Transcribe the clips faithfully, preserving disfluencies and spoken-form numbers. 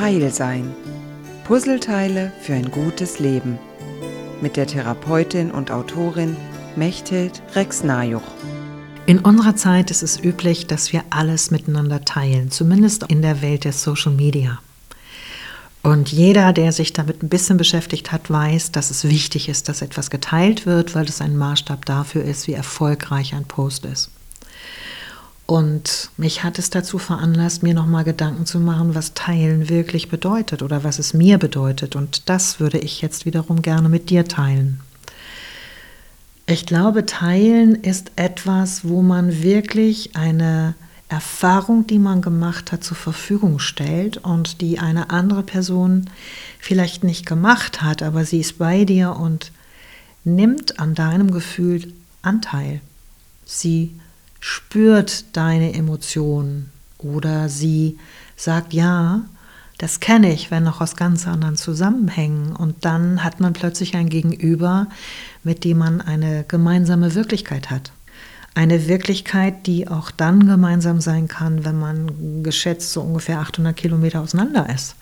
Heilsein. Puzzleteile für ein gutes Leben. Mit der Therapeutin und Autorin Mechthild Rex-Najuch. In unserer Zeit ist es üblich, dass wir alles miteinander teilen, zumindest in der Welt der Social Media. Und jeder, der sich damit ein bisschen beschäftigt hat, weiß, dass es wichtig ist, dass etwas geteilt wird, weil es ein Maßstab dafür ist, wie erfolgreich ein Post ist. Und mich hat es dazu veranlasst, mir nochmal Gedanken zu machen, was Teilen wirklich bedeutet oder was es mir bedeutet. Und das würde ich jetzt wiederum gerne mit dir teilen. Ich glaube, Teilen ist etwas, wo man wirklich eine Erfahrung, die man gemacht hat, zur Verfügung stellt und die eine andere Person vielleicht nicht gemacht hat, aber sie ist bei dir und nimmt an deinem Gefühl Anteil. Sie spürt deine Emotionen oder sie sagt, ja, das kenne ich, wenn noch aus ganz anderen Zusammenhängen. Und dann hat man plötzlich ein Gegenüber, mit dem man eine gemeinsame Wirklichkeit hat. Eine Wirklichkeit, die auch dann gemeinsam sein kann, wenn man geschätzt so ungefähr achthundert Kilometer auseinander ist.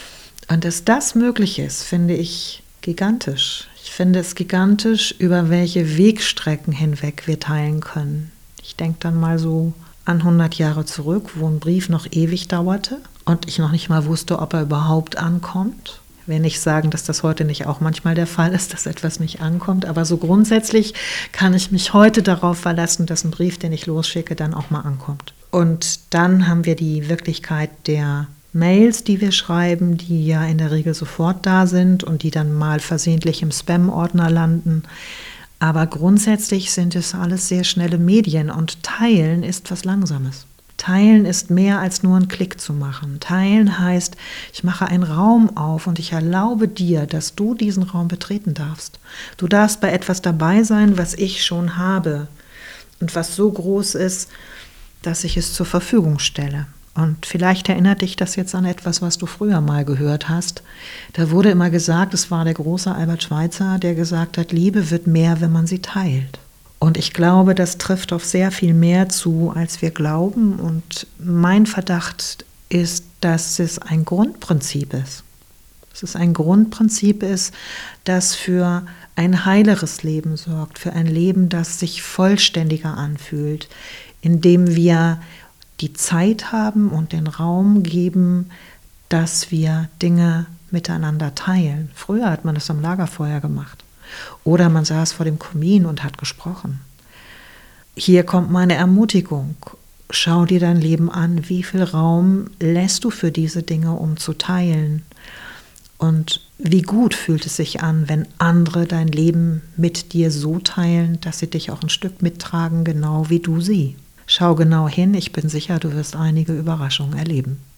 Und dass das möglich ist, finde ich gigantisch. Ich finde es gigantisch, über welche Wegstrecken hinweg wir teilen können. Ich denke dann mal so an hundert Jahre zurück, wo ein Brief noch ewig dauerte und ich noch nicht mal wusste, ob er überhaupt ankommt. Ich will nicht sagen, dass das heute nicht auch manchmal der Fall ist, dass etwas nicht ankommt, aber so grundsätzlich kann ich mich heute darauf verlassen, dass ein Brief, den ich losschicke, dann auch mal ankommt. Und dann haben wir die Wirklichkeit der Mails, die wir schreiben, die ja in der Regel sofort da sind und die dann mal versehentlich im Spam-Ordner landen. Aber grundsätzlich sind es alles sehr schnelle Medien und Teilen ist was Langsames. Teilen ist mehr als nur einen Klick zu machen. Teilen heißt, ich mache einen Raum auf und ich erlaube dir, dass du diesen Raum betreten darfst. Du darfst bei etwas dabei sein, was ich schon habe und was so groß ist, dass ich es zur Verfügung stelle. Und vielleicht erinnert dich das jetzt an etwas, was du früher mal gehört hast. Da wurde immer gesagt, es war der große Albert Schweitzer, der gesagt hat, Liebe wird mehr, wenn man sie teilt. Und ich glaube, das trifft auf sehr viel mehr zu, als wir glauben. Und mein Verdacht ist, dass es ein Grundprinzip ist. Dass es ein Grundprinzip ist, das für ein heileres Leben sorgt, für ein Leben, das sich vollständiger anfühlt, indem wir die Zeit haben und den Raum geben, dass wir Dinge miteinander teilen. Früher hat man das am Lagerfeuer gemacht. Oder man saß vor dem Kamin und hat gesprochen. Hier kommt meine Ermutigung. Schau dir dein Leben an. Wie viel Raum lässt du für diese Dinge, um zu teilen? Und wie gut fühlt es sich an, wenn andere dein Leben mit dir so teilen, dass sie dich auch ein Stück mittragen, genau wie du sie. Schau genau hin, ich bin sicher, du wirst einige Überraschungen erleben.